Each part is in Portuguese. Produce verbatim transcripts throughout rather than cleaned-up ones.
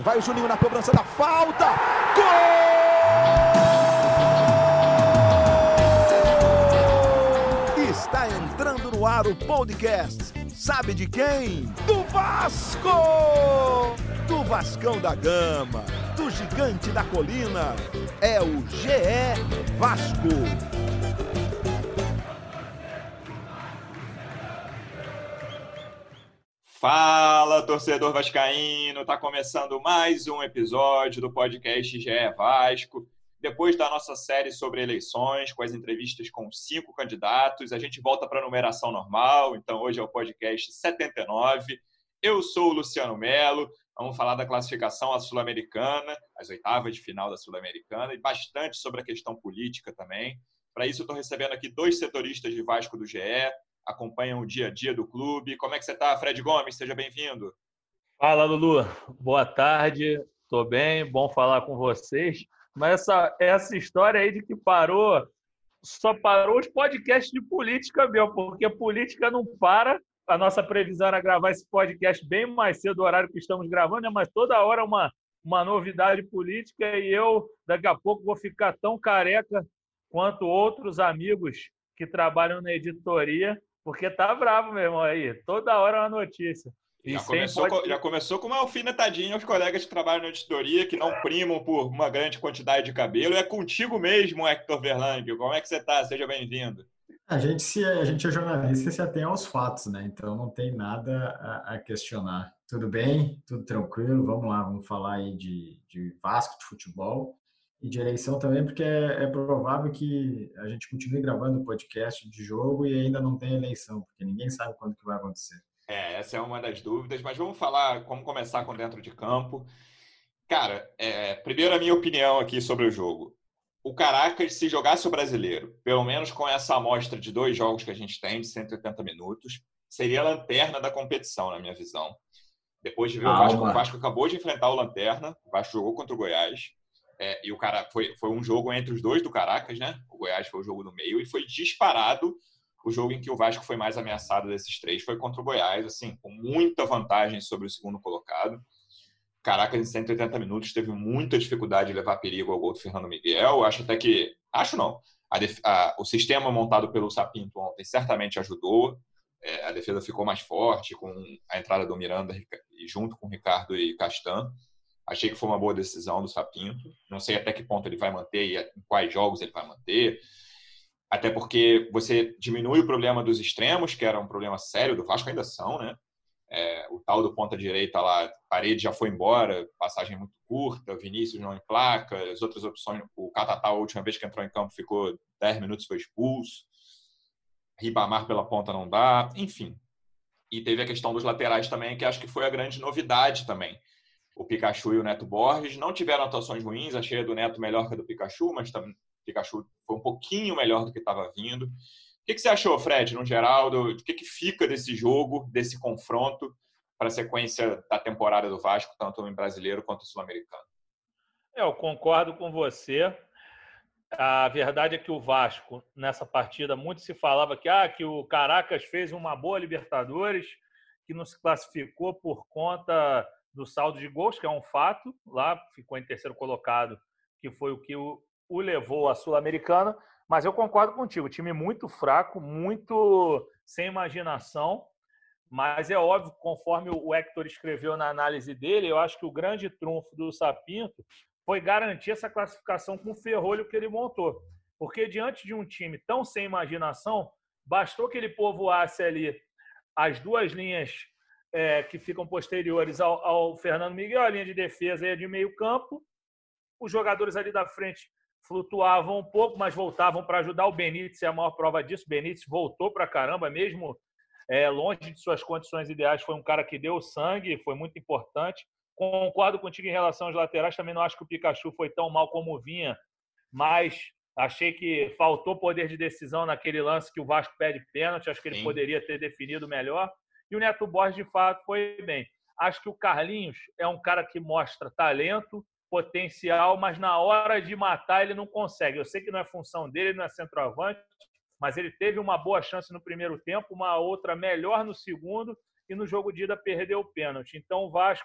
Vai o Juninho na cobrança da falta. Gol! Está entrando no ar o podcast. Sabe de quem? Do Vasco! Do Vascão da Gama, do Gigante da Colina. É o G E Vasco. Fala, torcedor vascaíno! Tá começando mais um episódio do podcast G E Vasco. Depois da nossa série sobre eleições, com as entrevistas com cinco candidatos, a gente volta para a numeração normal. Então, hoje é o podcast setenta e nove. Eu sou o Luciano Melo. Vamos falar da classificação à Sul-Americana, as oitavas de final da Sul-Americana, e bastante sobre a questão política também. Para isso, eu estou recebendo aqui dois setoristas de Vasco do G E, acompanham o dia a dia do clube. Como é que você está, Fred Gomes? Seja bem-vindo. Fala, Lulu. Boa tarde. Estou bem, bom falar com vocês. Mas essa, essa história aí de que parou, só parou os podcasts de política, meu, porque a política não para. A nossa previsão era gravar esse podcast bem mais cedo do horário que estamos gravando, né? Mas toda hora uma, uma novidade política e eu, daqui a pouco, vou ficar tão careca quanto outros amigos que trabalham na editoria, porque tá bravo, meu irmão, aí. Toda hora é uma notícia. E já, começou pode... com, já começou com uma alfinetadinha aos colegas que trabalham na editoria, que não primam por uma grande quantidade de cabelo. É contigo mesmo, Hector Verlang. Como é que você está? Seja bem-vindo. A gente, se, a gente é jornalista e se atém aos fatos, né? Então não tem nada a, a questionar. Tudo bem? Tudo tranquilo? Vamos lá, vamos falar aí de, de Vasco, de futebol e de eleição também, porque é, é provável que a gente continue gravando o podcast de jogo e ainda não tem eleição, porque ninguém sabe quando que vai acontecer. É, essa é uma das dúvidas, mas vamos falar, vamos começar com dentro de campo. Cara, é, primeiro a minha opinião aqui sobre o jogo. O Caracas, se jogasse o Brasileiro, pelo menos com essa amostra de dois jogos que a gente tem, de cento e oitenta minutos, seria a lanterna da competição, na minha visão. Depois de ver o Vasco, o Vasco acabou de enfrentar o Lanterna, o Vasco jogou contra o Goiás, é, e o cara foi, foi um jogo entre os dois do Caracas, né? O Goiás foi o jogo no meio, e foi disparado o jogo em que o Vasco foi mais ameaçado desses três, foi contra o Goiás, assim, com muita vantagem sobre o segundo colocado. Caracas, em cento e oitenta minutos, teve muita dificuldade de levar perigo ao gol do Fernando Miguel. Acho até que... Acho não. A def... a... O sistema montado pelo Sapinto ontem certamente ajudou. É, a defesa ficou mais forte com a entrada do Miranda e junto com o Ricardo e Castan. Achei que foi uma boa decisão do Sapinto. Não sei até que ponto ele vai manter e em quais jogos ele vai manter. Até porque você diminui o problema dos extremos, que era um problema sério do Vasco, ainda são, né? É, o tal do ponta-direita lá, Parede já foi embora, passagem muito curta, Vinícius não emplaca, as outras opções, o Catatá, a última vez que entrou em campo, ficou dez minutos, foi expulso, Ribamar pela ponta não dá, enfim. E teve a questão dos laterais também, que acho que foi a grande novidade também. O Pikachu e o Neto Borges não tiveram atuações ruins, achei a do Neto melhor que a do Pikachu, mas também o Pikachu foi um pouquinho melhor do que estava vindo. O que, que você achou, Fred, no geral, do, do que, que fica desse jogo, desse confronto para a sequência da temporada do Vasco, tanto em brasileiro quanto em sul-americano? Eu concordo com você. A verdade é que o Vasco, nessa partida, muito se falava que, ah, que o Caracas fez uma boa Libertadores, que não se classificou por conta do saldo de gols, que é um fato. Lá ficou em terceiro colocado, que foi o que o, o levou à Sul-Americana. Mas eu concordo contigo, time muito fraco, muito sem imaginação, mas é óbvio, conforme o Hector escreveu na análise dele, eu acho que o grande trunfo do Sapinto foi garantir essa classificação com o ferrolho que ele montou. Porque diante de um time tão sem imaginação, bastou que ele povoasse ali as duas linhas é, que ficam posteriores ao, ao Fernando Miguel, a linha de defesa e a de meio campo, os jogadores ali da frente flutuavam um pouco, mas voltavam para ajudar. O Benítez é a maior prova disso. O Benítez voltou para caramba, mesmo é, longe de suas condições ideais. Foi um cara que deu sangue, foi muito importante. Concordo contigo em relação aos laterais. Também não acho que o Pikachu foi tão mal como vinha, mas achei que faltou poder de decisão naquele lance que o Vasco pede pênalti. Acho que ele Sim. poderia ter definido melhor. E o Neto Borges, de fato, foi bem. Acho que o Carlinhos é um cara que mostra talento, potencial, mas na hora de matar ele não consegue. Eu sei que não é função dele, ele não é centroavante, mas ele teve uma boa chance no primeiro tempo, uma outra melhor no segundo, e no jogo de ida perdeu o pênalti. Então o Vasco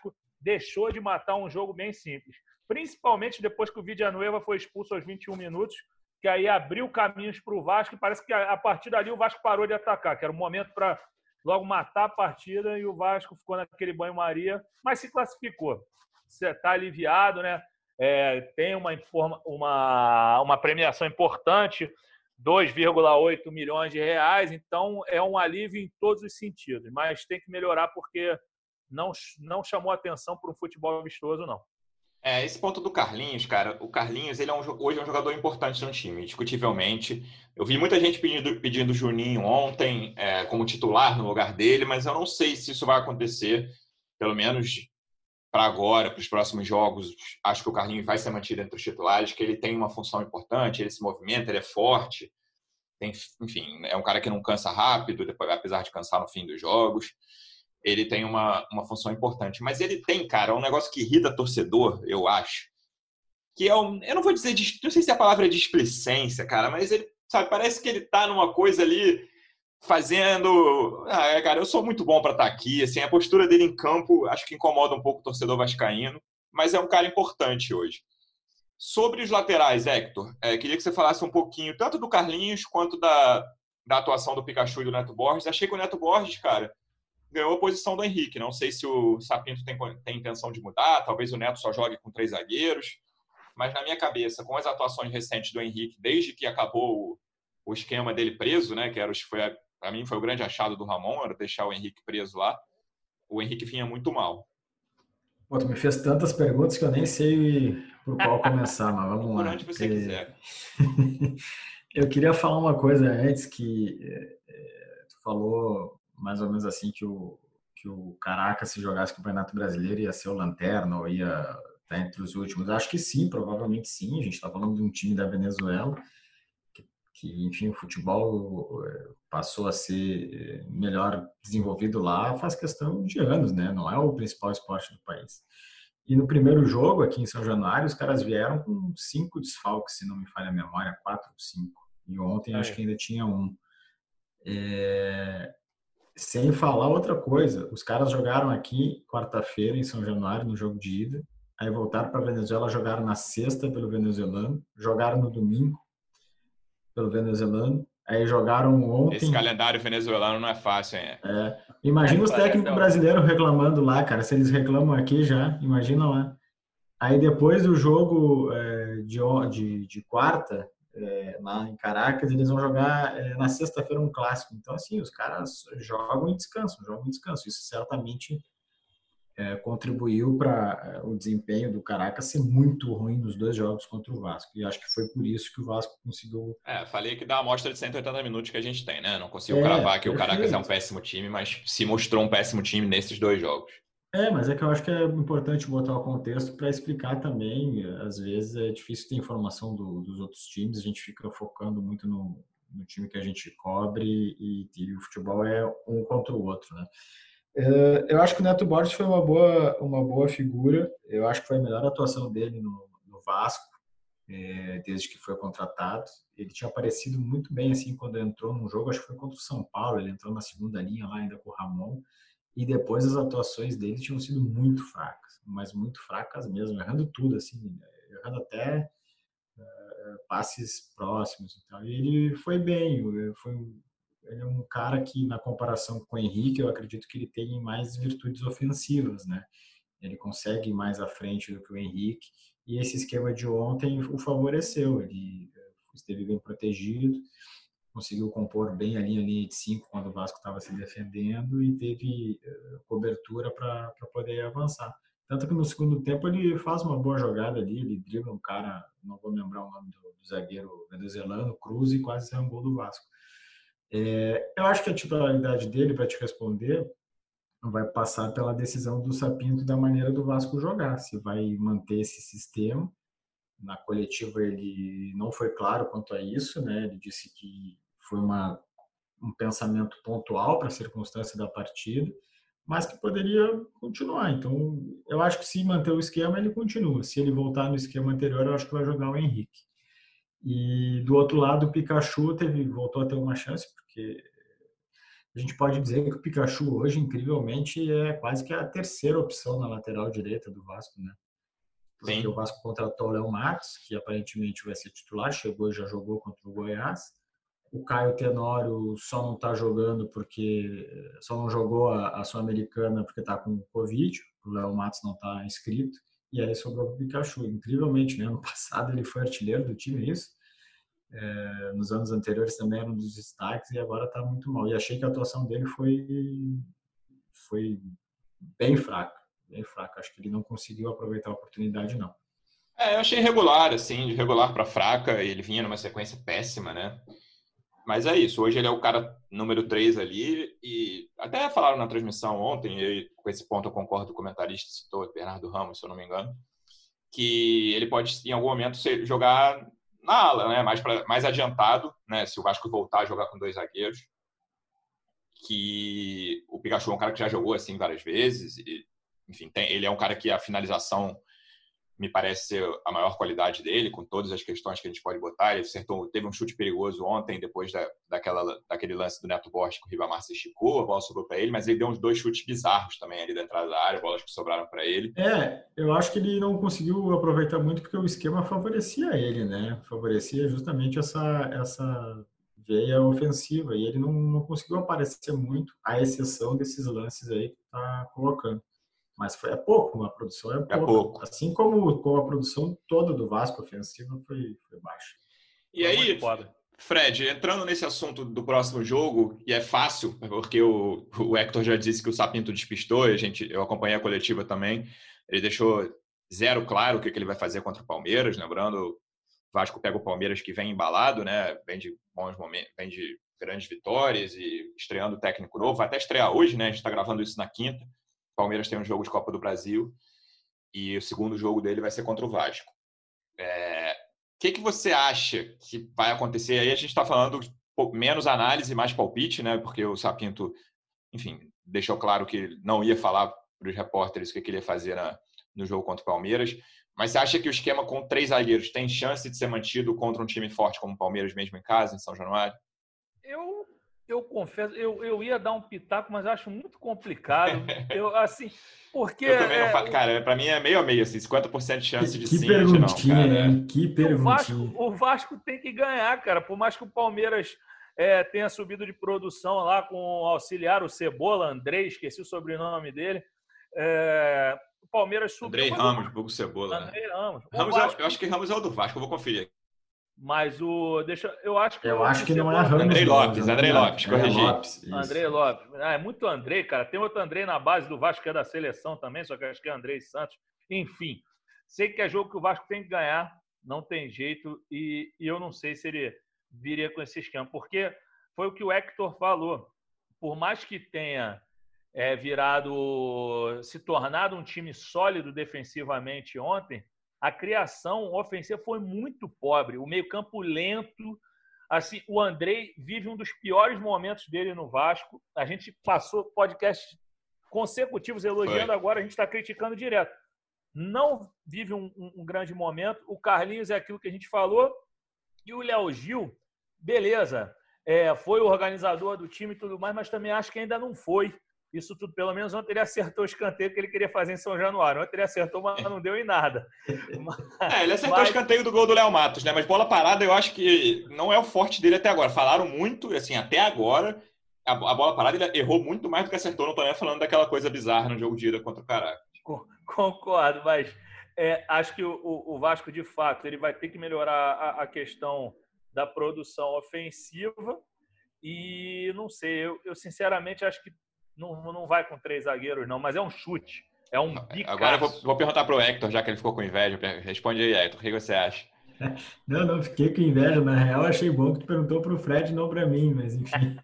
deixou de matar um jogo bem simples. Principalmente depois que o Villanueva foi expulso aos vinte e um minutos, que aí abriu caminhos para o Vasco, e parece que a partir dali o Vasco parou de atacar, que era o momento para logo matar a partida, e o Vasco ficou naquele banho-maria, mas se classificou. Você está aliviado, né? É, tem uma, uma, uma premiação importante, dois vírgula oito milhões de reais, então é um alívio em todos os sentidos, mas tem que melhorar porque não, não chamou atenção para um futebol vistoso, não. É, esse ponto do Carlinhos, cara, o Carlinhos, ele é um, hoje é um jogador importante no time, indiscutivelmente. Eu vi muita gente pedindo, pedindo o Juninho ontem é, como titular no lugar dele, mas eu não sei se isso vai acontecer, pelo menos para agora, para os próximos jogos. Acho que o Carlinhos vai ser mantido entre os titulares, que ele tem uma função importante, ele se movimenta, ele é forte, tem, enfim, é um cara que não cansa rápido, depois, apesar de cansar no fim dos jogos. Ele tem uma, uma função importante. Mas ele tem, cara, um negócio que irrita torcedor, eu acho, que é um... Eu não vou dizer... De, não sei se a palavra é displicência, cara, mas ele, sabe, parece que ele tá numa coisa ali fazendo... Ah, cara, eu sou muito bom para estar aqui, assim, a postura dele em campo acho que incomoda um pouco o torcedor vascaíno, mas é um cara importante hoje. Sobre os laterais, Hector, é, queria que você falasse um pouquinho, tanto do Carlinhos quanto da, da atuação do Pikachu e do Neto Borges. Achei que o Neto Borges, cara, ganhou a posição do Henrique. Não sei se o Sapinto tem, tem intenção de mudar, talvez o Neto só jogue com três zagueiros, mas na minha cabeça, com as atuações recentes do Henrique, desde que acabou o, o esquema dele preso, né, que era, foi, para mim foi o grande achado do Ramon, era deixar o Henrique preso lá, o Henrique vinha muito mal. Pô, tu me fez tantas perguntas que eu nem sei por qual começar, mas vamos lá. Por onde você é... quiser. Eu queria falar uma coisa antes, que é, tu falou mais ou menos assim, que o, que o Caracas, se jogasse o Campeonato Brasileiro, ia ser o lanterna, ou ia estar entre os últimos. Acho que sim, provavelmente sim. A gente está falando de um time da Venezuela, que, que, enfim, o futebol passou a ser melhor desenvolvido lá faz questão de anos, né? Não é o principal esporte do país. E no primeiro jogo, aqui em São Januário, os caras vieram com cinco desfalques, se não me falha a memória, quatro ou cinco. E ontem, é. acho que ainda tinha um. É... Sem falar outra coisa, os caras jogaram aqui quarta-feira em São Januário, no jogo de ida, aí voltaram para a Venezuela, jogaram na sexta pelo venezuelano, jogaram no domingo pelo venezuelano, aí jogaram ontem... Esse calendário venezuelano não é fácil, hein? É, imagina é, os técnicos é, brasileiros reclamando lá, cara, se eles reclamam aqui já, imagina lá. Aí depois do jogo é, de, de, de quarta... É, lá em Caracas, eles vão jogar é, na sexta-feira um clássico. Então, assim, os caras jogam e descansam, jogam e descansam. Isso certamente é, contribuiu para é, o desempenho do Caracas ser muito ruim nos dois jogos contra o Vasco. E acho que foi por isso que o Vasco conseguiu... É, falei que dá uma amostra de cento e oitenta minutos que a gente tem, né? Não consigo é, cravar que perfeito. O Caracas é um péssimo time, mas se mostrou um péssimo time nesses dois jogos. É, mas é que eu acho que é importante botar o contexto para explicar também. Às vezes é difícil ter informação do, dos outros times, a gente fica focando muito no, no time que a gente cobre e, e o futebol é um contra o outro, né? Eu acho que o Neto Borges foi uma boa, uma boa figura, eu acho que foi a melhor atuação dele no, no Vasco, desde que foi contratado. Ele tinha aparecido muito bem assim quando entrou num jogo, acho que foi contra o São Paulo, ele entrou na segunda linha lá ainda com o Ramon. E depois as atuações dele tinham sido muito fracas, mas muito fracas mesmo, errando tudo, assim, errando até uh, passes próximos e tal. E ele foi bem, foi, ele é um cara que, na comparação com o Henrique, eu acredito que ele tem mais virtudes ofensivas, né? Ele consegue ir mais à frente do que o Henrique, e esse esquema de ontem o favoreceu, ele esteve bem protegido, conseguiu compor bem a linha, a linha de cinco quando o Vasco estava se defendendo e teve uh, cobertura para poder avançar. Tanto que no segundo tempo ele faz uma boa jogada ali, ele dribla um cara, não vou lembrar o nome do, do zagueiro venezuelano, Cruz, e quase sai um gol do Vasco. É, eu acho que a titularidade dele, para te responder, vai passar pela decisão do Sapinto da maneira do Vasco jogar, se vai manter esse sistema. Na coletiva ele não foi claro quanto a isso, né? Ele disse que foi uma, um pensamento pontual para a circunstância da partida, mas que poderia continuar. Então, eu acho que se manter o esquema, ele continua. Se ele voltar no esquema anterior, eu acho que vai jogar o Henrique. E do outro lado, o Pikachu teve, voltou a ter uma chance, porque a gente pode dizer que o Pikachu hoje, incrivelmente, é quase que a terceira opção na lateral direita do Vasco, né? Porque Sim. o Vasco contratou o Léo Matos, que aparentemente vai ser titular, chegou e já jogou contra o Goiás. O Caio Tenório só não está jogando porque só não jogou a, a Sul-Americana porque está com Covid. O Léo Matos não está inscrito. E aí sobrou o Pikachu. Incrivelmente, né? Ano passado ele foi artilheiro do time, isso. É, nos anos anteriores também era um dos destaques e agora está muito mal. E achei que a atuação dele foi, foi bem fraca. Bem fraca. Acho que ele não conseguiu aproveitar a oportunidade, não. É, eu achei regular, assim, de regular para fraca. Ele vinha numa sequência péssima, né? Mas é isso, hoje ele é o cara número três ali e até falaram na transmissão ontem, e com esse ponto eu concordo, o comentarista citou, Bernardo Ramos, se eu não me engano, que ele pode em algum momento ser, jogar na ala, né, mais, pra, mais adiantado, né, se o Vasco voltar a jogar com dois zagueiros, que o Pikachu é um cara que já jogou assim várias vezes, e, enfim, tem, ele é um cara que a finalização me parece ser a maior qualidade dele, com todas as questões que a gente pode botar. Ele acertou, teve um chute perigoso ontem, depois da, daquela, daquele lance do Neto Borges que o Ribamar se esticou, a bola sobrou para ele, mas ele deu uns dois chutes bizarros também ali da entrada da área, bolas que sobraram para ele. É, eu acho que ele não conseguiu aproveitar muito porque o esquema favorecia ele, né? Favorecia justamente essa, essa veia ofensiva, e ele não, não conseguiu aparecer muito, à exceção desses lances aí que tá colocando. Mas foi é pouco, a produção é pouco. É pouco. Assim como, como a produção toda do Vasco ofensiva foi, foi baixa. E aí, Fred, entrando nesse assunto do próximo jogo, e é fácil, porque o, o Hector já disse que o Sapinto despistou, e a gente, eu acompanhei a coletiva também, ele deixou zero claro o que, que ele vai fazer contra o Palmeiras, lembrando, o Vasco pega o Palmeiras que vem embalado, né? Vem de bons momentos, vem de grandes vitórias e estreando técnico novo, vai até estrear hoje, né? A gente está gravando isso na quinta. O Palmeiras tem um jogo de Copa do Brasil e o segundo jogo dele vai ser contra o Vasco. É... O que, que você acha que vai acontecer? Aí a gente está falando menos análise e mais palpite, né? Porque o Sapinto, enfim, deixou claro que não ia falar para os repórteres o que, que ele ia fazer na, no jogo contra o Palmeiras. Mas você acha que o esquema com três zagueiros tem chance de ser mantido contra um time forte como o Palmeiras, mesmo em casa, em São Januário? Eu... Eu confesso, eu, eu ia dar um pitaco, mas acho muito complicado. Eu, assim, porque... Eu também não é, falo, cara, pra mim é meio a meio, assim, cinquenta por cento de chance de que sim, perguntinha, de não, cara. Hein? Que perguntinha. O Vasco, o Vasco tem que ganhar, cara. Por mais que o Palmeiras é, tenha subido de produção lá com o auxiliar, o Cebola, Andrei, esqueci o sobrenome dele. É, o Palmeiras subiu... Andrei Ramos, Bugo Cebola. Andrei né? Ramos. Ramos Vasco... Eu acho que Ramos é o do Vasco, eu vou conferir. Mas o. Deixa, eu acho que. Eu acho que não é Ramos. Andrei Lopes, Andrei Lopes, corrigi. Lopes, Andrei Lopes. Ah, é muito Andrei, cara. Tem outro Andrei na base do Vasco que é da seleção também, só que acho que é Andrei Santos. Enfim, sei que é jogo que o Vasco tem que ganhar, não tem jeito, e, e eu não sei se ele viria com esse esquema, porque foi o que o Hector falou. Por mais que tenha é, virado, se tornado um time sólido defensivamente ontem, a criação ofensiva foi muito pobre. O meio-campo lento. Assim, o Andrei vive um dos piores momentos dele no Vasco. A gente passou podcasts consecutivos elogiando, foi. Agora a gente está criticando direto. Não vive um, um, um grande momento. O Carlinhos é aquilo que a gente falou. E o Léo Gil, beleza, é, foi o organizador do time e tudo mais, mas também acho que ainda não foi. Isso tudo, pelo menos ontem ele acertou o escanteio que ele queria fazer em São Januário. Ontem ele acertou, mas não deu em nada. É, ele acertou mas... o escanteio do gol do Léo Matos, né? Mas bola parada eu acho que não é o forte dele até agora. Falaram muito, assim, até agora, a, a bola parada ele errou muito mais do que acertou. Não tô nem falando daquela coisa bizarra no jogo de ida contra o Caracas. Concordo, mas é, acho que o, o Vasco, de fato, ele vai ter que melhorar a, a questão da produção ofensiva e não sei, eu, eu sinceramente acho que Não, não vai com três zagueiros, não, mas é um chute. É um bicaço. Agora eu vou, vou perguntar para o Hector, já que ele ficou com inveja. Responde aí, Hector. O que você acha? Não, não fiquei com inveja. Na real, achei bom que tu perguntou para o Fred, não para mim, mas enfim.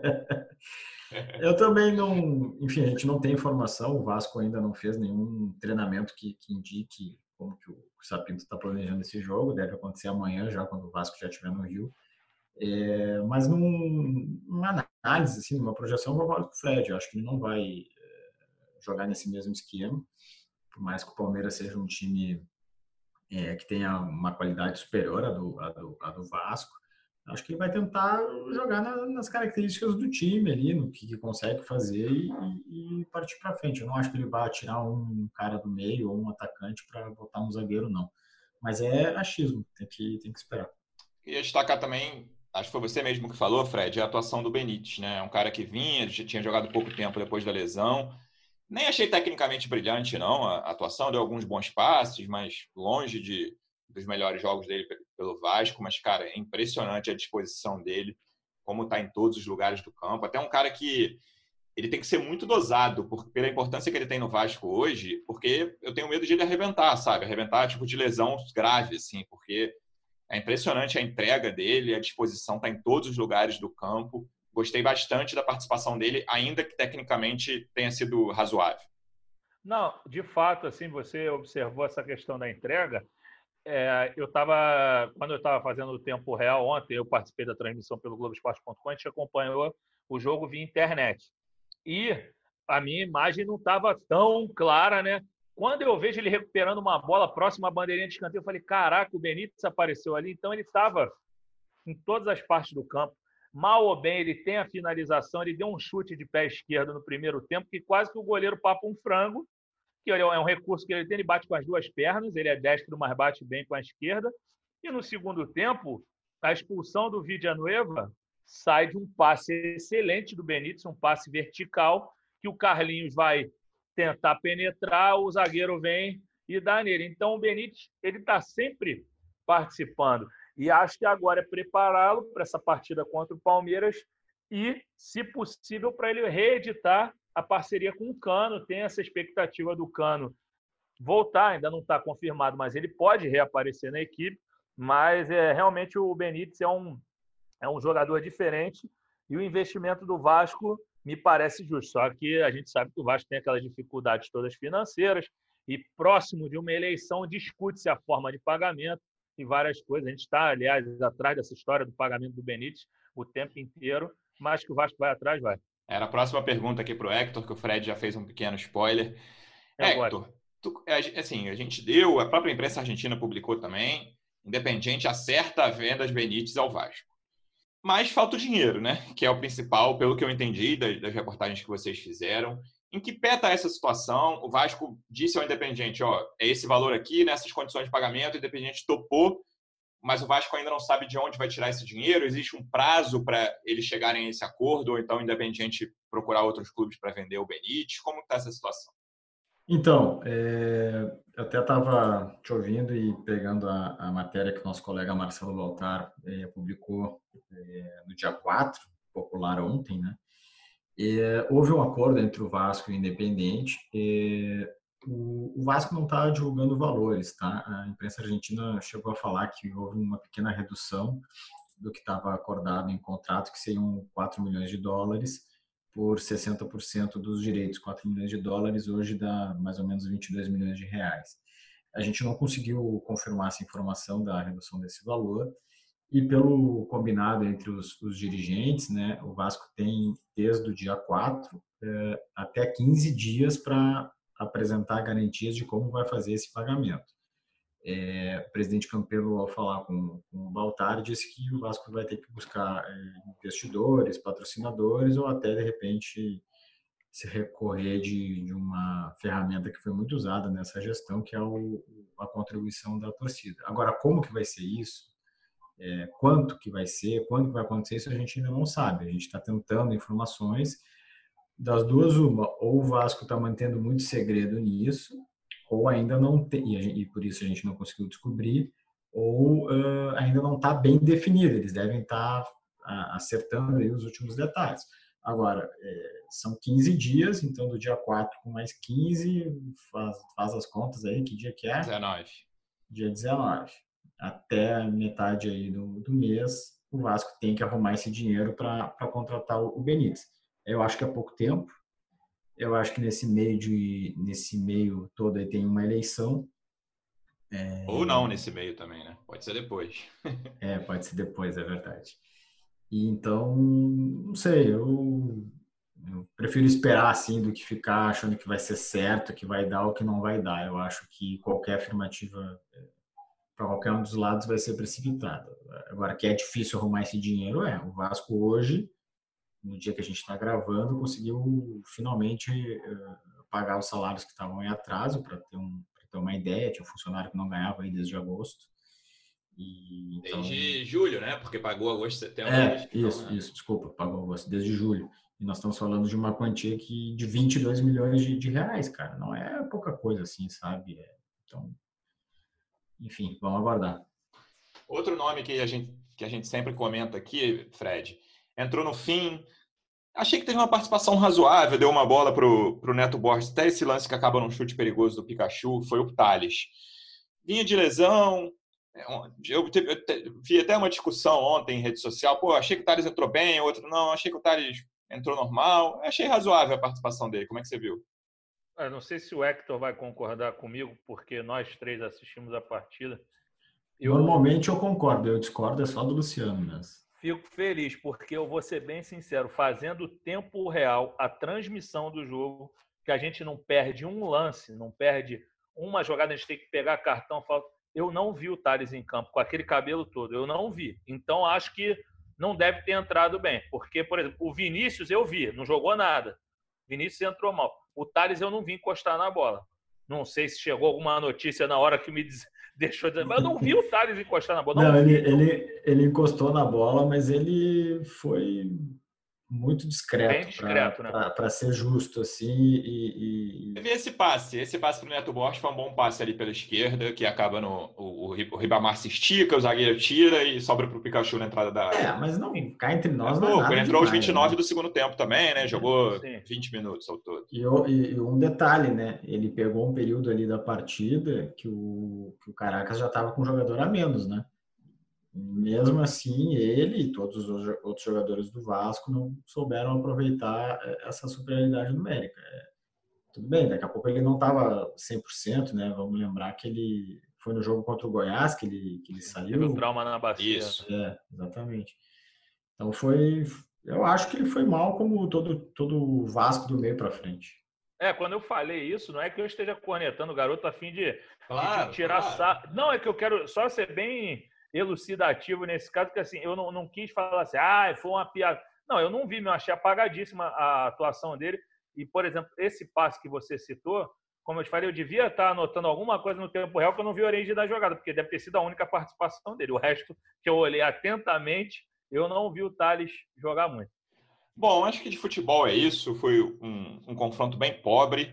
Eu também não... Enfim, a gente não tem informação. O Vasco ainda não fez nenhum treinamento que, que indique como que o Sapinto está planejando esse jogo. Deve acontecer amanhã, já quando o Vasco já estiver no Rio. É, mas num, numa análise, assim, numa projeção, eu concordo com o Fred. Eu acho que ele não vai é, jogar nesse mesmo esquema, por mais que o Palmeiras seja um time é, que tenha uma qualidade superior à do, à do, à do Vasco. Acho que ele vai tentar jogar na, nas características do time ali, no que, que consegue fazer e, e partir para frente. Eu não acho que ele vai tirar um cara do meio ou um atacante para botar um zagueiro, não. Mas é achismo, tem que, tem que esperar. Queria destacar também, acho que foi você mesmo que falou, Fred, a atuação do Benítez, né? Um cara que vinha, já tinha jogado pouco tempo depois da lesão. Nem achei tecnicamente brilhante, não. A atuação deu alguns bons passes, mas longe de, dos melhores jogos dele pelo Vasco. Mas, cara, é impressionante a disposição dele, como está em todos os lugares do campo. Até um cara que ele tem que ser muito dosado por, pela importância que ele tem no Vasco hoje, porque eu tenho medo de ele arrebentar, sabe? Arrebentar tipo de lesão grave, assim, porque é impressionante a entrega dele, a disposição está em todos os lugares do campo. Gostei bastante da participação dele, ainda que tecnicamente tenha sido razoável. Não, de fato, assim, você observou essa questão da entrega. É, eu estava, quando eu estava fazendo o tempo real ontem, eu participei da transmissão pelo Globoesporte ponto com, a gente acompanhou o jogo via internet. E a minha imagem não estava tão clara, né? Quando eu vejo ele recuperando uma bola próxima à bandeirinha de escanteio, eu falei, caraca, o Benítez apareceu ali. Então, ele estava em todas as partes do campo. Mal ou bem, ele tem a finalização, ele deu um chute de pé esquerdo no primeiro tempo, que quase que o goleiro papa um frango, que é um recurso que ele tem, ele bate com as duas pernas, ele é destro, mas bate bem com a esquerda. E no segundo tempo, a expulsão do Villanueva sai de um passe excelente do Benítez, um passe vertical, que o Carlinhos vai tentar penetrar, o zagueiro vem e dá nele. Então, o Benítez ele está sempre participando. E acho que agora é prepará-lo para essa partida contra o Palmeiras e, se possível, para ele reeditar a parceria com o Cano. Tem essa expectativa do Cano voltar, ainda não está confirmado, mas ele pode reaparecer na equipe. Mas é, realmente o Benítez é um, é um jogador diferente e o investimento do Vasco me parece justo. Só que a gente sabe que o Vasco tem aquelas dificuldades todas financeiras e próximo de uma eleição discute-se a forma de pagamento e várias coisas. A gente está, aliás, atrás dessa história do pagamento do Benítez o tempo inteiro, mas que o Vasco vai atrás, vai. Era a próxima pergunta aqui para o Hector, que o Fred já fez um pequeno spoiler. É Hector, tu, assim, a gente deu, a própria imprensa argentina publicou também, Independiente acerta a venda de Benítez ao Vasco. Mas falta o dinheiro, né? Que é o principal, pelo que eu entendi das, das reportagens que vocês fizeram. Em que pé está essa situação? O Vasco disse ao Independiente, ó, é esse valor aqui, nessas condições de pagamento, o Independiente topou, mas o Vasco ainda não sabe de onde vai tirar esse dinheiro. Existe um prazo para eles chegarem a esse acordo, ou então o Independiente procurar outros clubes para vender o Benítez? Como está essa situação? Então, é, eu até estava te ouvindo e pegando a, a matéria que o nosso colega Marcelo Baltar é, publicou é, no dia quatro, popular ontem, né? É, houve um acordo entre o Vasco e o Independiente. É, o, o Vasco não está divulgando valores, tá? A imprensa argentina chegou a falar que houve uma pequena redução do que estava acordado em contrato, que seriam quatro milhões de dólares por sessenta por cento dos direitos. quatro milhões de dólares hoje dá mais ou menos vinte e dois milhões de reais. A gente não conseguiu confirmar essa informação da redução desse valor, e pelo combinado entre os, os dirigentes, né, o Vasco tem desde o dia quatro é, até quinze dias para apresentar garantias de como vai fazer esse pagamento. É, o presidente Campelo, ao falar com, com o Baltar, disse que o Vasco vai ter que buscar é, investidores, patrocinadores ou até, de repente, se recorrer de, de uma ferramenta que foi muito usada nessa gestão, que é o, a contribuição da torcida. Agora, como que vai ser isso? É, quanto que vai ser? Quando que vai acontecer? Isso a gente ainda não sabe. A gente está tentando informações. Das duas, uma, ou o Vasco está mantendo muito segredo nisso, ou ainda não tem, e, gente, e por isso a gente não conseguiu descobrir, ou uh, ainda não está bem definido. Eles devem estar tá, uh, acertando aí os últimos detalhes. Agora, é, são quinze dias, então do dia quatro com mais quinze, faz, faz as contas aí, que dia que é? dezenove. Dia dezenove. Até a metade aí do, do mês, o Vasco tem que arrumar esse dinheiro para contratar o, o Benítez. Eu acho que é pouco tempo. Eu acho que nesse meio, de, nesse meio todo aí tem uma eleição. É... Ou não nesse meio também, né? Pode ser depois. É, pode ser depois, é verdade. E então, não sei, eu, eu prefiro esperar assim do que ficar achando que vai ser certo, que vai dar ou que não vai dar. Eu acho que qualquer afirmativa para qualquer um dos lados vai ser precipitado. Agora, que é difícil arrumar esse dinheiro, é. O Vasco hoje, no dia que a gente está gravando, conseguiu finalmente uh, pagar os salários que estavam em atraso, para ter, um, ter uma ideia. Tinha um funcionário que não ganhava aí desde agosto. E, então... Desde julho, né? Porque pagou agosto, setembro. É, isso, então, né? isso, desculpa, pagou agosto, desde julho. E nós estamos falando de uma quantia que, de vinte e dois milhões de, de reais, cara. Não é pouca coisa assim, sabe? É, então, enfim, vamos aguardar. Outro nome que a gente, que a gente sempre comenta aqui, Fred, entrou no fim. Achei que teve uma participação razoável, deu uma bola pro, pro Neto Borges, até esse lance que acaba num chute perigoso do Pikachu, foi o Thales. Vinha de lesão. Eu, teve, eu vi até uma discussão ontem em rede social. Pô, achei que o Thales entrou bem, outro não. Achei que o Thales entrou normal. Achei razoável a participação dele. Como é que você viu? Eu não sei se o Hector vai concordar comigo, porque nós três assistimos a partida. Eu, Normalmente eu concordo, eu discordo é só do Luciano mesmo. Fico feliz, porque eu vou ser bem sincero, fazendo tempo real a transmissão do jogo, que a gente não perde um lance, não perde uma jogada, a gente tem que pegar cartão, falta. Eu não vi o Thales em campo com aquele cabelo todo, eu não vi. Então, acho que não deve ter entrado bem. Porque, por exemplo, o Vinícius eu vi, não jogou nada. O Vinícius entrou mal. O Thales eu não vi encostar na bola. Não sei se chegou alguma notícia na hora que me diz... deixou de... Mas eu não vi o Thales encostar na bola. Não, não ele, vi, ele, ele encostou na bola, mas ele foi... muito discreto, discreto para né? ser justo, assim, e... e... Teve esse passe, esse passe pro Neto Borges foi um bom passe ali pela esquerda, que acaba no... O, o Ribamar se estica, o zagueiro tira e sobra pro Pikachu na entrada da área. É, mas não, cá entre nós é não pouco, é nada ele entrou aos demais, vinte e nove né? do segundo tempo também, né? Jogou Sim. vinte minutos ao todo. E, e um detalhe, né? Ele pegou um período ali da partida que o, que o Caracas já estava com um jogador a menos, né? Mesmo assim, ele e todos os outros jogadores do Vasco não souberam aproveitar essa superioridade numérica. É, tudo bem, daqui a pouco ele não estava cem por cento, né? Vamos lembrar que ele foi no jogo contra o Goiás que ele, que ele saiu. Teve um trauma na bacia. Isso. É, exatamente. Então foi... Eu acho que ele foi mal como todo, todo o Vasco do meio para frente. É, quando eu falei isso, não é que eu esteja cornetando o garoto a fim de, claro, de tirar claro. sarro. Não, é que eu quero só ser bem elucidativo nesse caso, porque assim, eu não, não quis falar assim, ah, foi uma piada. Não, eu não vi, eu achei apagadíssima a atuação dele. E, por exemplo, esse passe que você citou, como eu te falei, eu devia estar anotando alguma coisa no tempo real que eu não vi a origem da jogada, porque deve ter sido a única participação dele. O resto, que eu olhei atentamente, eu não vi o Thales jogar muito. Bom, acho que de futebol é isso. Foi um, um confronto bem pobre,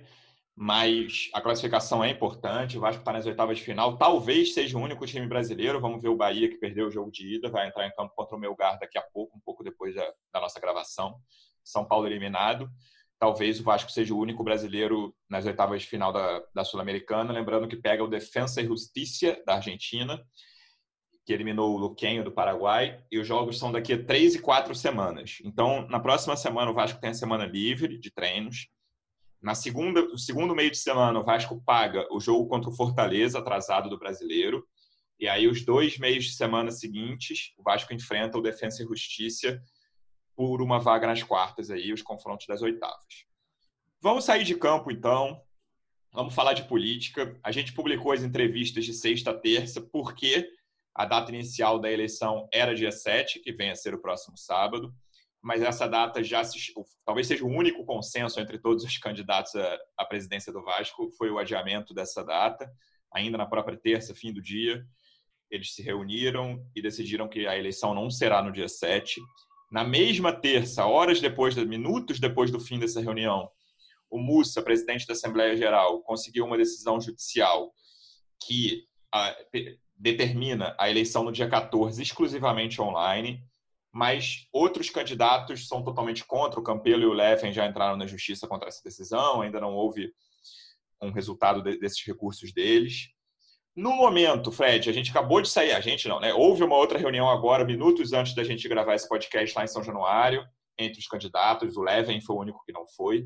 mas a classificação é importante. O Vasco está nas oitavas de final. Talvez seja o único time brasileiro. Vamos ver o Bahia, que perdeu o jogo de ida. Vai entrar em campo contra o Melgar daqui a pouco, um pouco depois da, da nossa gravação. São Paulo eliminado. Talvez o Vasco seja o único brasileiro nas oitavas de final da, da Sul-Americana. Lembrando que pega o Defensa e Justicia da Argentina, que eliminou o Luquenho do Paraguai, e os jogos são daqui a três e quatro semanas. Então, na próxima semana, o Vasco tem a semana livre de treinos. Na segunda, no segundo meio de semana, o Vasco paga o jogo contra o Fortaleza, atrasado do Brasileiro. E aí, os dois meios de semana seguintes, o Vasco enfrenta o Defensa e Justiça por uma vaga nas quartas, aí, os confrontos das oitavas. Vamos sair de campo, então. Vamos falar de política. A gente publicou as entrevistas de sexta a terça, porque a data inicial da eleição era dia sete, que vem a ser o próximo sábado, mas essa data já se, talvez seja o único consenso entre todos os candidatos à, à presidência do Vasco, foi o adiamento dessa data, ainda na própria terça, fim do dia. Eles se reuniram e decidiram que a eleição não será no dia sete. Na mesma terça, horas depois, minutos depois do fim dessa reunião, o Mussa, presidente da Assembleia Geral, conseguiu uma decisão judicial que a, determina a eleição no dia quatorze exclusivamente online, mas outros candidatos são totalmente contra. O Campelo e o Leffen já entraram na justiça contra essa decisão, ainda não houve um resultado de, desses recursos deles. No momento, Fred, a gente acabou de sair, a gente não, né? Houve uma outra reunião agora, minutos antes da gente gravar esse podcast lá em São Januário, entre os candidatos. O Leffen foi o único que não foi.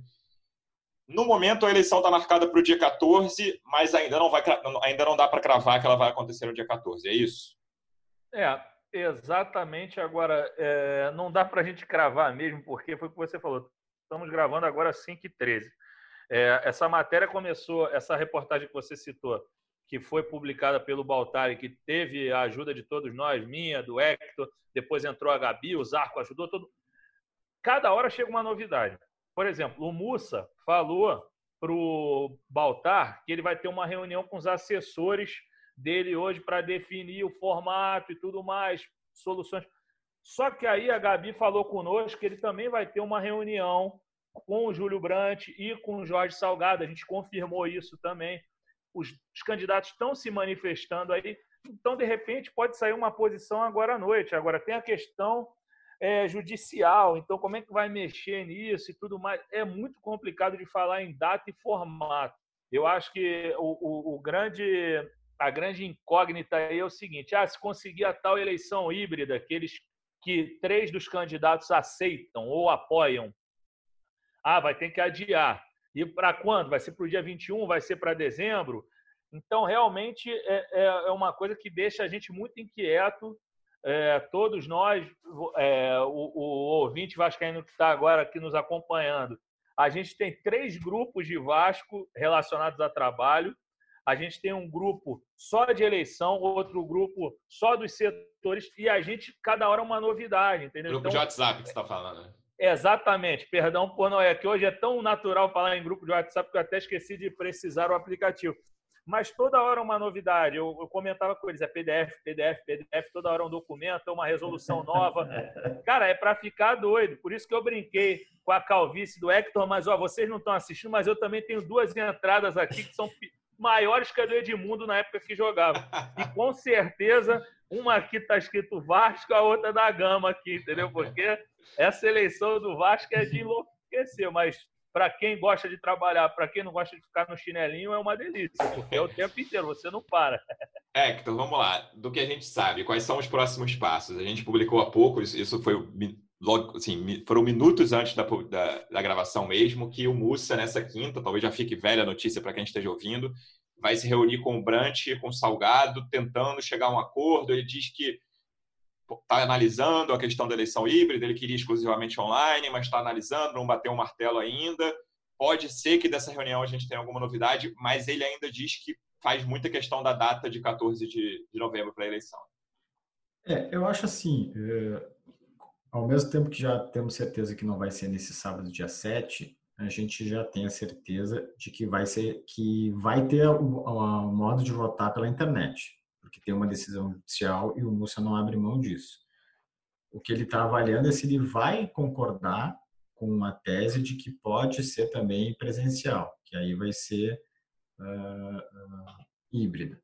No momento, a eleição está marcada para o dia quatorze, mas ainda não, vai, ainda não dá para cravar que ela vai acontecer no dia quatorze, é isso? É, exatamente. Agora, é, não dá para a gente cravar mesmo, porque foi o que você falou. Estamos gravando agora às cinco e treze. É, essa matéria começou, essa reportagem que você citou, que foi publicada pelo Baltari, que teve a ajuda de todos nós, minha, do Hector, depois entrou a Gabi, o Zarco ajudou, todo. Cada hora chega uma novidade. Por exemplo, o Mussa falou para o Baltar que ele vai ter uma reunião com os assessores dele hoje para definir o formato e tudo mais, soluções. Só que aí a Gabi falou conosco que ele também vai ter uma reunião com o Júlio Brandt e com o Jorge Salgado. A gente confirmou isso também. Os, os candidatos estão se manifestando aí. Então, de repente, pode sair uma posição agora à noite. Agora, tem a questão é, judicial. Então, como é que vai mexer nisso e tudo mais? É muito complicado de falar em data e formato. Eu acho que o, o, o grande, a grande incógnita aí é o seguinte. Ah, se conseguir a tal eleição híbrida, que eles que três dos candidatos aceitam ou apoiam, ah, vai ter que adiar. E para quando? Vai ser para o dia vinte e um? Vai ser para dezembro? Então, realmente, é, é uma coisa que deixa a gente muito inquieto. É, todos nós, é, o, o ouvinte vascaíno que está agora aqui nos acompanhando, a gente tem três grupos de Vasco relacionados a trabalho. A gente tem um grupo só de eleição, outro grupo só dos setores, e a gente, cada hora, uma novidade, entendeu? Grupo então, de WhatsApp que você está falando, né? Exatamente. Perdão por não é que hoje é tão natural falar em grupo de WhatsApp que eu até esqueci de precisar o aplicativo. Mas toda hora uma novidade. Eu, eu comentava com eles, é P D F, P D F, P D F, toda hora um documento, uma resolução nova. Cara, é para ficar doido. Por isso que eu brinquei com a calvície do Hector, mas ó, vocês não estão assistindo, mas eu também tenho duas entradas aqui que são maiores que a do Edmundo na época que jogava. E com certeza, uma aqui está escrito Vasco, a outra da Gama aqui, entendeu? Porque essa eleição do Vasco é de enlouquecer, mas para quem gosta de trabalhar, para quem não gosta de ficar no chinelinho, é uma delícia, porque é o tempo inteiro, você não para. É, então vamos lá. Do que a gente sabe, quais são os próximos passos? A gente publicou há pouco, isso foi logo, assim, foram minutos antes da, da, da gravação mesmo, que o Mussa, nessa quinta, talvez já fique velha a notícia para quem esteja ouvindo, vai se reunir com o Brandt, com o Salgado, tentando chegar a um acordo. Ele diz que está analisando a questão da eleição híbrida, ele queria exclusivamente online, mas está analisando, não bateu um martelo ainda. Pode ser que dessa reunião a gente tenha alguma novidade, mas ele ainda diz que faz muita questão da data de quatorze de novembro para a eleição. É, eu acho assim, é, ao mesmo tempo que já temos certeza que não vai ser nesse sábado, dia sete, a gente já tem a certeza de que vai ser, que vai ter o, o modo de votar pela internet, porque tem uma decisão judicial e o Mussa não abre mão disso. O que ele está avaliando é se ele vai concordar com a tese de que pode ser também presencial, que aí vai ser uh, uh, híbrida.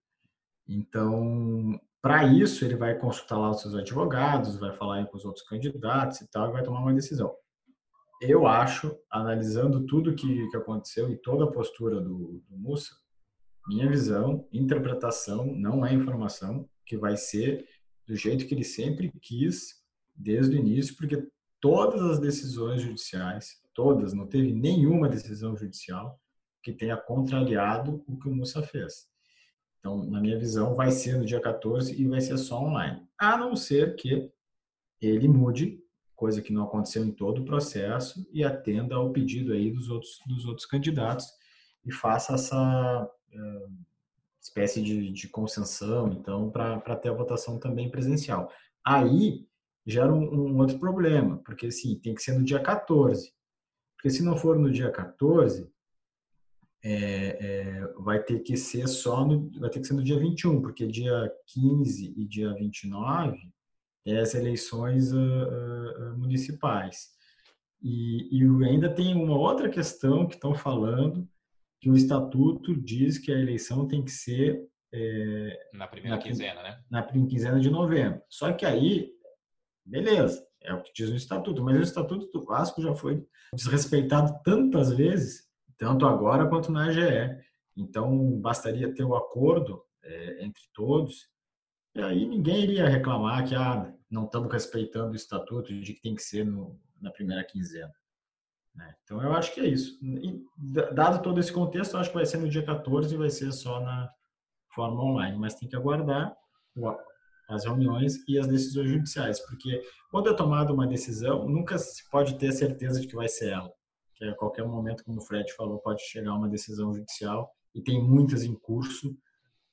Então, para isso, ele vai consultar lá os seus advogados, vai falar com os outros candidatos e tal, e vai tomar uma decisão. Eu acho, analisando tudo que, que aconteceu e toda a postura do, do Mussa, minha visão, interpretação, não é informação, que vai ser do jeito que ele sempre quis desde o início, porque todas as decisões judiciais, todas, não teve nenhuma decisão judicial que tenha contrariado o que o Mussa fez. Então, na minha visão, vai ser no dia quatorze e vai ser só online. A não ser que ele mude, coisa que não aconteceu em todo o processo, e atenda ao pedido aí dos outros, dos outros candidatos e faça essa uh, espécie de, de concessão, então, para ter a votação também presencial. Aí, gera um, um outro problema, porque, assim, tem que ser no dia quatorze. Porque se não for no dia quatorze, É, é, vai ter que ser só no, vai ter que ser no dia vinte e um, porque dia quinze e dia vinte e nove é as eleições uh, uh, municipais. E, e ainda tem uma outra questão que estão falando, que o estatuto diz que a eleição tem que ser é, na primeira na, quinzena, né? Na primeira quinzena de novembro. Só que aí, beleza, é o que diz o estatuto, mas o estatuto do Vasco já foi desrespeitado tantas vezes, tanto agora quanto na A G E. Então, bastaria ter o um acordo é, entre todos, e aí ninguém iria reclamar que ah, não estamos respeitando o estatuto de que tem que ser no, na primeira quinzena. Né? Então, eu acho que é isso. E, dado todo esse contexto, eu acho que vai ser no dia quatorze e vai ser só na forma online, mas tem que aguardar as reuniões e as decisões judiciais, porque quando é tomada uma decisão, nunca se pode ter certeza de que vai ser ela. Que a qualquer momento, como o Fred falou, pode chegar uma decisão judicial e tem muitas em curso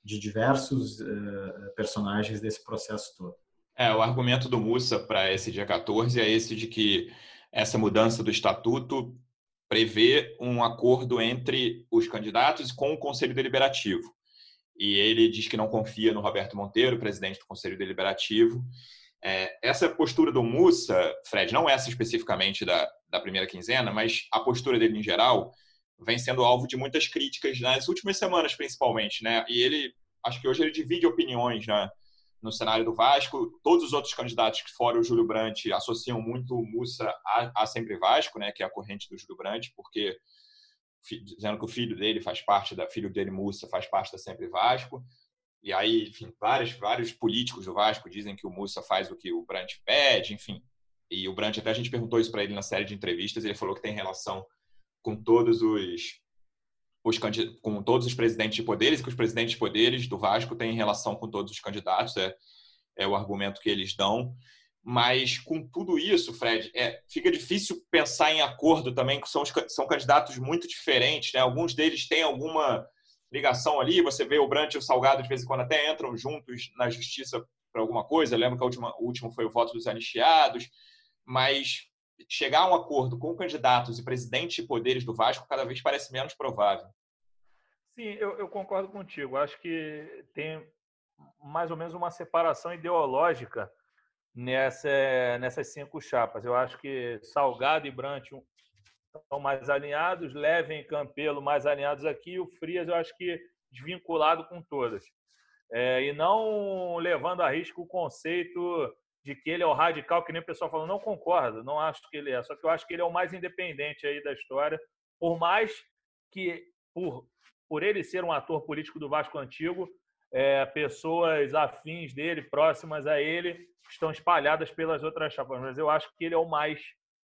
de diversos uh, personagens desse processo todo. É, o argumento do Mussa para esse dia quatorze é esse de que essa mudança do estatuto prevê um acordo entre os candidatos com o Conselho Deliberativo. E ele diz que não confia no Roberto Monteiro, presidente do Conselho Deliberativo. É, essa postura do Mussa, Fred, não essa especificamente da, da primeira quinzena, mas a postura dele em geral vem sendo alvo de muitas críticas nas últimas semanas, principalmente, né? E ele, acho que hoje ele divide opiniões, né, no cenário do Vasco. Todos os outros candidatos que fora o Júlio Brandt associam muito o Mussa a, a Sempre Vasco, né, que é a corrente do Júlio Brandt, porque dizendo que o filho dele faz parte da filho dele Mussa faz parte da Sempre Vasco. E aí, enfim, vários, vários políticos do Vasco dizem que o Mussa faz o que o Brandt pede, enfim. E o Brandt, até a gente perguntou isso para ele na série de entrevistas, ele falou que tem relação com todos os, os com todos os presidentes de poderes e que os presidentes de poderes do Vasco têm relação com todos os candidatos, é, é o argumento que eles dão. Mas com tudo isso, Fred, é, fica difícil pensar em acordo também, que são, são candidatos muito diferentes, né? Alguns deles têm alguma ligação ali, você vê o Brandt e o Salgado de vez em quando até entram juntos na justiça para alguma coisa. Eu lembro que a última, o último foi o voto dos anistiados, mas chegar a um acordo com candidatos e presidentes de poderes do Vasco cada vez parece menos provável. Sim, eu, eu concordo contigo. Acho que tem mais ou menos uma separação ideológica nessa, nessas cinco chapas. Eu acho que Salgado e Brandt estão mais alinhados, Levin e Campelo mais alinhados aqui, e o Frias eu acho que desvinculado com todas. É, e não levando a risco o conceito de que ele é o radical, que nem o pessoal falou. Não concordo, não acho que ele é, só que eu acho que ele é o mais independente aí da história, por mais que, por, por ele ser um ator político do Vasco antigo, é, pessoas afins dele, próximas a ele, estão espalhadas pelas outras chapas, mas eu acho que ele é o mais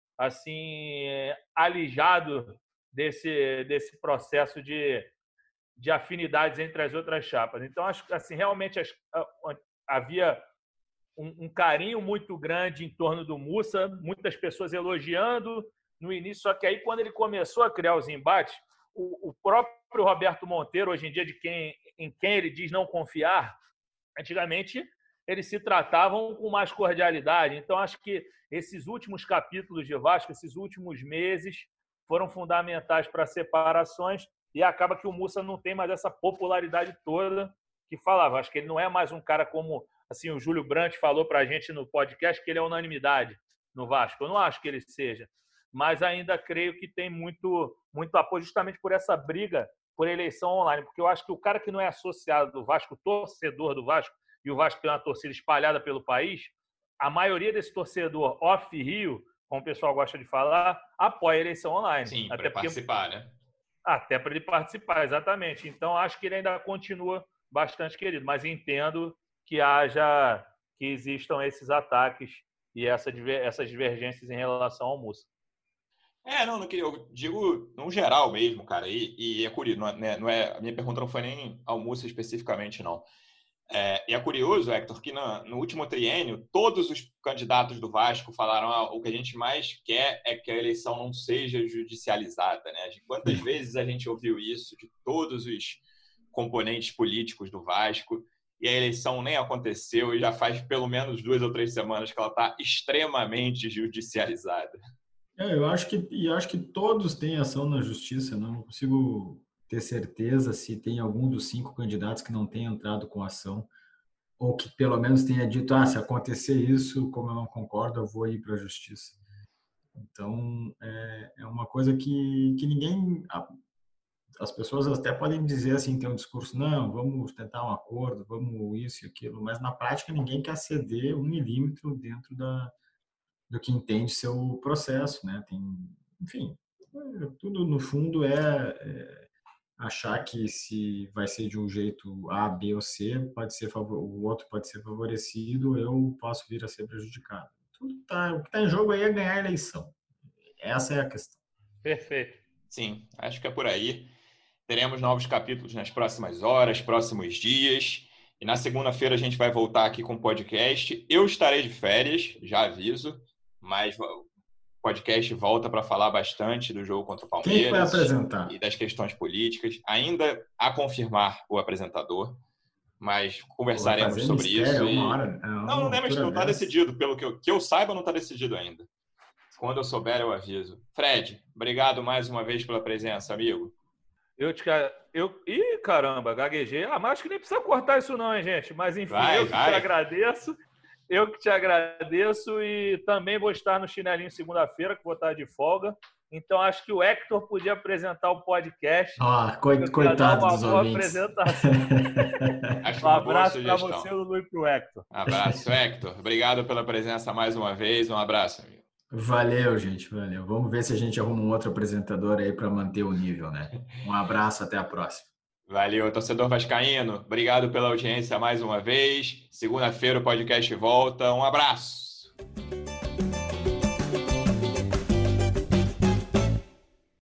assim, alijado desse, desse processo de, de afinidades entre as outras chapas. Então, acho que assim, realmente as, havia um, um carinho muito grande em torno do Mussa, muitas pessoas elogiando no início, só que aí, quando ele começou a criar os embates, o, o próprio Roberto Monteiro, hoje em dia, de quem, em quem ele diz não confiar, antigamente eles se tratavam com mais cordialidade. Então, acho que esses últimos capítulos de Vasco, esses últimos meses, foram fundamentais para separações, e acaba que o Mussa não tem mais essa popularidade toda que falava. Acho que ele não é mais um cara como assim, o Júlio Brandt falou para a gente no podcast, que ele é unanimidade no Vasco. Eu não acho que ele seja, mas ainda creio que tem muito, muito apoio justamente por essa briga por eleição online, porque eu acho que o cara que não é associado do Vasco, torcedor do Vasco, e o Vasco tem uma torcida espalhada pelo país, a maioria desse torcedor off-Rio, como o pessoal gosta de falar, apoia a eleição online. Sim, para porque... participar, né? Até para ele participar, exatamente. Então, acho que ele ainda continua bastante querido, mas entendo que haja, que existam esses ataques e essa, essas divergências em relação ao Mussa. É, não, não queria, eu digo no geral mesmo, cara, e, e é curioso, não é, não é, a minha pergunta não foi nem ao Mussa especificamente, não. É, e é curioso, Hector, que no, no último triênio, todos os candidatos do Vasco falaram ah, o que a gente mais quer é que a eleição não seja judicializada, né? Quantas vezes a gente ouviu isso de todos os componentes políticos do Vasco, e a eleição nem aconteceu, e já faz pelo menos duas ou três semanas que ela está extremamente judicializada. É, eu acho que, e acho que todos têm ação na justiça, não consigo ter certeza se tem algum dos cinco candidatos que não tenha entrado com ação, ou que pelo menos tenha dito, ah, se acontecer isso, como eu não concordo, eu vou ir para a justiça. Então, é, é uma coisa que, que ninguém... As pessoas até podem dizer assim, ter um discurso, não, vamos tentar um acordo, vamos isso e aquilo, mas na prática ninguém quer ceder um milímetro dentro da, do que entende ser o processo, né? Tem, enfim, tudo no fundo é, é achar que se vai ser de um jeito A, B ou C, pode ser o outro pode ser favorecido, eu posso vir a ser prejudicado. Tudo tá, o que está em jogo aí é ganhar a eleição. Essa é a questão. Perfeito. Sim, acho que é por aí. Teremos novos capítulos nas próximas horas, próximos dias. E na segunda-feira a gente vai voltar aqui com o podcast. Eu estarei de férias, já aviso, mas o podcast volta para falar bastante do jogo contra o Palmeiras. Quem vai apresentar? E das questões políticas. Ainda a confirmar o apresentador. mas conversaremos sobre mistério, isso. E... Uma hora, é uma não, não, é, não está decidido. Pelo que eu, que eu saiba, não está decidido ainda. Quando eu souber, eu aviso. Fred, obrigado mais uma vez pela presença, amigo. Eu te... Eu... Ih, caramba, gaguejei. Ah, mas acho que nem precisa cortar isso não, hein, gente? Mas, enfim, vai, eu que vai. te agradeço. Eu que te agradeço e também vou estar no Chinelinho segunda-feira, que vou estar de folga. Então, acho que o Hector podia apresentar o podcast. Ah, coit, coitado dos ouvintes. Acho um abraço para você, Lulu, e para o Hector. Abraço, Hector. Obrigado pela presença mais uma vez. Um abraço, amigo. Valeu, gente. Valeu. Vamos ver se a gente arruma um outro apresentador aí para manter o nível, né? Um abraço, até a próxima. Valeu, torcedor vascaíno. Obrigado pela audiência mais uma vez. Segunda-feira o podcast volta. Um abraço.